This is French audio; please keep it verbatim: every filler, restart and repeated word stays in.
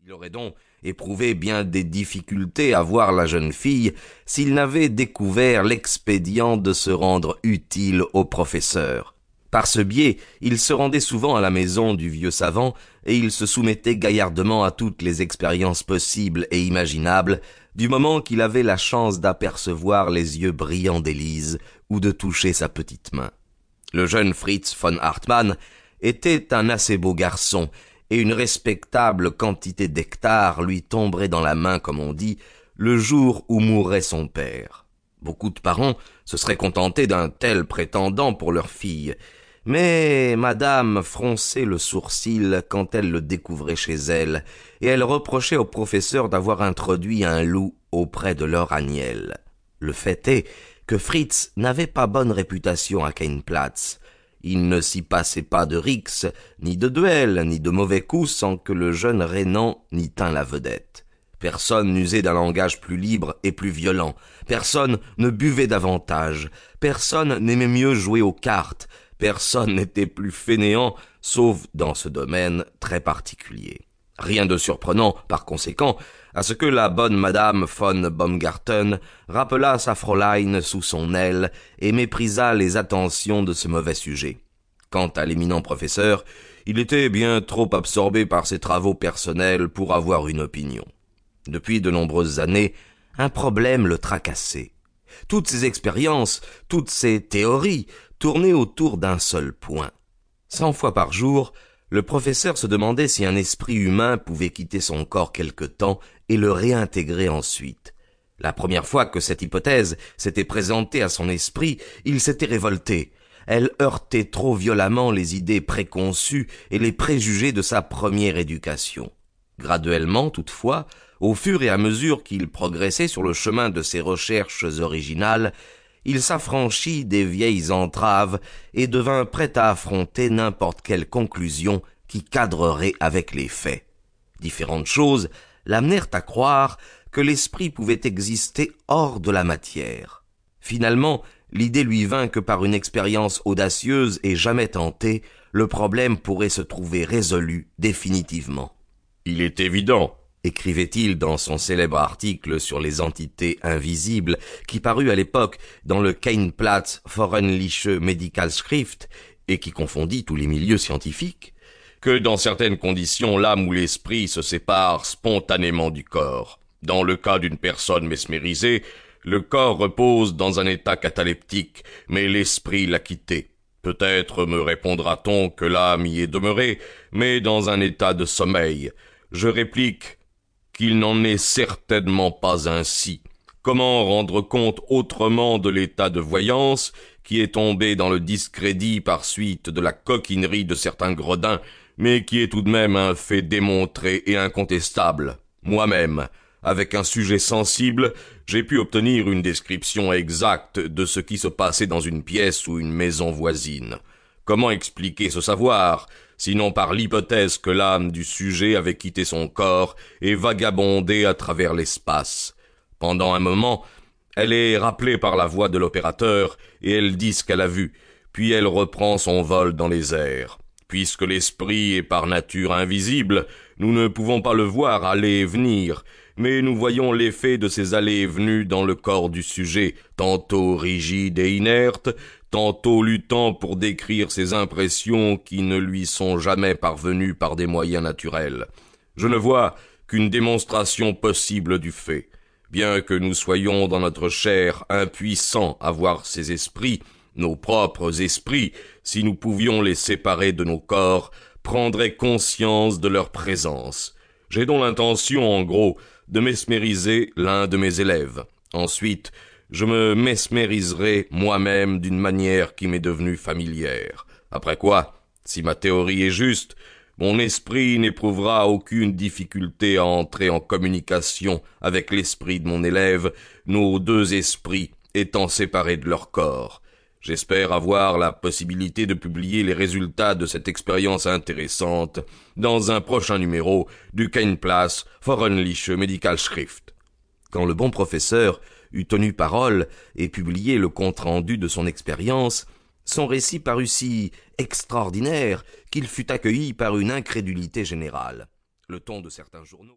Il aurait donc éprouvé bien des difficultés à voir la jeune fille s'il n'avait découvert l'expédient de se rendre utile au professeur. Par ce biais, il se rendait souvent à la maison du vieux savant et il se soumettait gaillardement à toutes les expériences possibles et imaginables du moment qu'il avait la chance d'apercevoir les yeux brillants d'Élise ou de toucher sa petite main. Le jeune Fritz von Hartmann était un assez beau garçon et une respectable quantité d'hectares lui tomberait dans la main, comme on dit, le jour où mourrait son père. Beaucoup de parents se seraient contentés d'un tel prétendant pour leur fille, mais madame fronçait le sourcil quand elle le découvrait chez elle, et elle reprochait au professeur d'avoir introduit un loup auprès de leur Agnelle. Le fait est que Fritz n'avait pas bonne réputation à Keinplatz. Il ne s'y passait pas de rixes, ni de duels, ni de mauvais coups sans que le jeune Rénan n'y tînt la vedette. Personne n'usait d'un langage plus libre et plus violent. Personne ne buvait davantage. Personne n'aimait mieux jouer aux cartes. Personne n'était plus fainéant, sauf dans ce domaine très particulier. Rien de surprenant, par conséquent, à ce que la bonne madame von Baumgarten rappelât sa Fräulein sous son aile et méprisa les attentions de ce mauvais sujet. Quant à l'éminent professeur, il était bien trop absorbé par ses travaux personnels pour avoir une opinion. Depuis de nombreuses années, un problème le tracassait. Toutes ses expériences, toutes ses théories tournaient autour d'un seul point. Cent fois par jour, le professeur se demandait si un esprit humain pouvait quitter son corps quelque temps et le réintégrer ensuite. La première fois que cette hypothèse s'était présentée à son esprit, il s'était révolté. Elle heurtait trop violemment les idées préconçues et les préjugés de sa première éducation. Graduellement, toutefois, au fur et à mesure qu'il progressait sur le chemin de ses recherches originales, il s'affranchit des vieilles entraves et devint prêt à affronter n'importe quelle conclusion qui cadrerait avec les faits. Différentes choses l'amenèrent à croire que l'esprit pouvait exister hors de la matière. Finalement, l'idée lui vint que par une expérience audacieuse et jamais tentée, le problème pourrait se trouver résolu définitivement. « Il est évident », écrivait-il dans son célèbre article sur les entités invisibles qui parut à l'époque dans le Keinplatz Fornliche Medikalschrift et qui confondit tous les milieux scientifiques, que dans certaines conditions l'âme ou l'esprit se séparent spontanément du corps. Dans le cas d'une personne mesmérisée, le corps repose dans un état cataleptique, mais l'esprit l'a quitté. Peut-être me répondra-t-on que l'âme y est demeurée, mais dans un état de sommeil. Je réplique qu'il n'en est certainement pas ainsi. Comment rendre compte autrement de l'état de voyance qui est tombé dans le discrédit par suite de la coquinerie de certains gredins, mais qui est tout de même un fait démontré et incontestable. Moi-même, avec un sujet sensible, j'ai pu obtenir une description exacte de ce qui se passait dans une pièce ou une maison voisine. Comment expliquer ce savoir, sinon par l'hypothèse que l'âme du sujet avait quitté son corps et vagabondé à travers l'espace. Pendant un moment, elle est rappelée par la voix de l'opérateur et elle dit ce qu'elle a vu, puis elle reprend son vol dans les airs. Puisque l'esprit est par nature invisible, nous ne pouvons pas le voir aller et venir, mais nous voyons l'effet de ces allées et venues dans le corps du sujet, tantôt rigide et inerte, tantôt luttant pour décrire ces impressions qui ne lui sont jamais parvenues par des moyens naturels. Je ne vois qu'une démonstration possible du fait. Bien que nous soyons dans notre chair impuissants à voir ces esprits, nos propres esprits, si nous pouvions les séparer de nos corps, prendraient conscience de leur présence. J'ai donc l'intention, en gros, de mesmériser l'un de mes élèves. Ensuite, je me mesmériserai moi-même d'une manière qui m'est devenue familière. Après quoi, si ma théorie est juste, mon esprit n'éprouvera aucune difficulté à entrer en communication avec l'esprit de mon élève, nos deux esprits étant séparés de leur corps. J'espère avoir la possibilité de publier les résultats de cette expérience intéressante dans un prochain numéro du Keinplatz Fornliche Medikalschrift. Quand le bon professeur eut tenu parole et publié le compte-rendu de son expérience, son récit parut si extraordinaire qu'il fut accueilli par une incrédulité générale. Le ton de certains journaux